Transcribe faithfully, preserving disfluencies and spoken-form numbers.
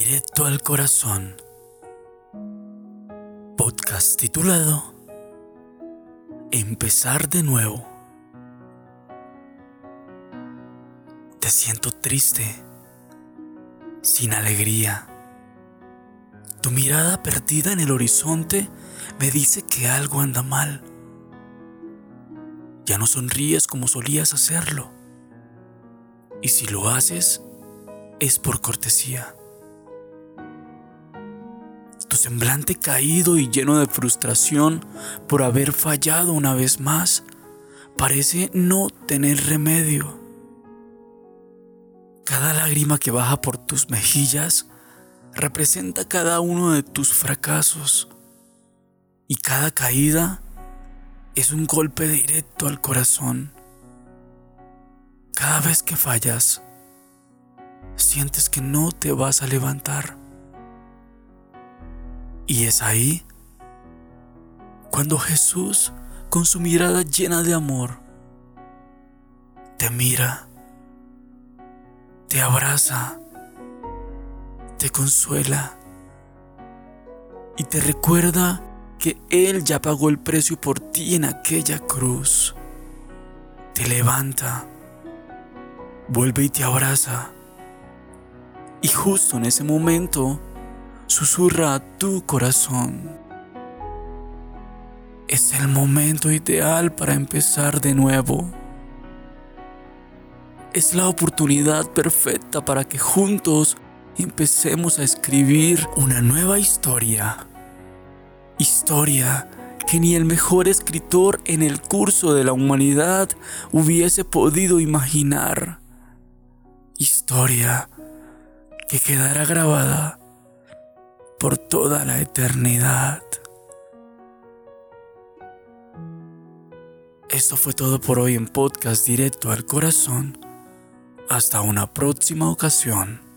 Directo al corazón. Podcast titulado Empezar de nuevo. Te siento triste, sin alegría. Tu mirada perdida en el horizonte me dice que algo anda mal. Ya no sonríes como solías hacerlo. Y si lo haces, es por cortesía. Tu semblante caído y lleno de frustración por haber fallado una vez más parece no tener remedio. Cada lágrima que baja por tus mejillas representa cada uno de tus fracasos y cada caída es un golpe directo al corazón. Cada vez que fallas, sientes que no te vas a levantar. Y es ahí cuando Jesús, con su mirada llena de amor, te mira, te abraza, te consuela y te recuerda que Él ya pagó el precio por ti en aquella cruz. Te levanta, vuelve y te abraza. Y justo en ese momento susurra a tu corazón: es el momento ideal para empezar de nuevo. Es la oportunidad perfecta para que juntos empecemos a escribir una nueva historia. Historia que ni el mejor escritor en el curso de la humanidad hubiese podido imaginar. Historia que quedará grabada por toda la eternidad. Esto fue todo por hoy en Podcast Directo al Corazón. Hasta una próxima ocasión.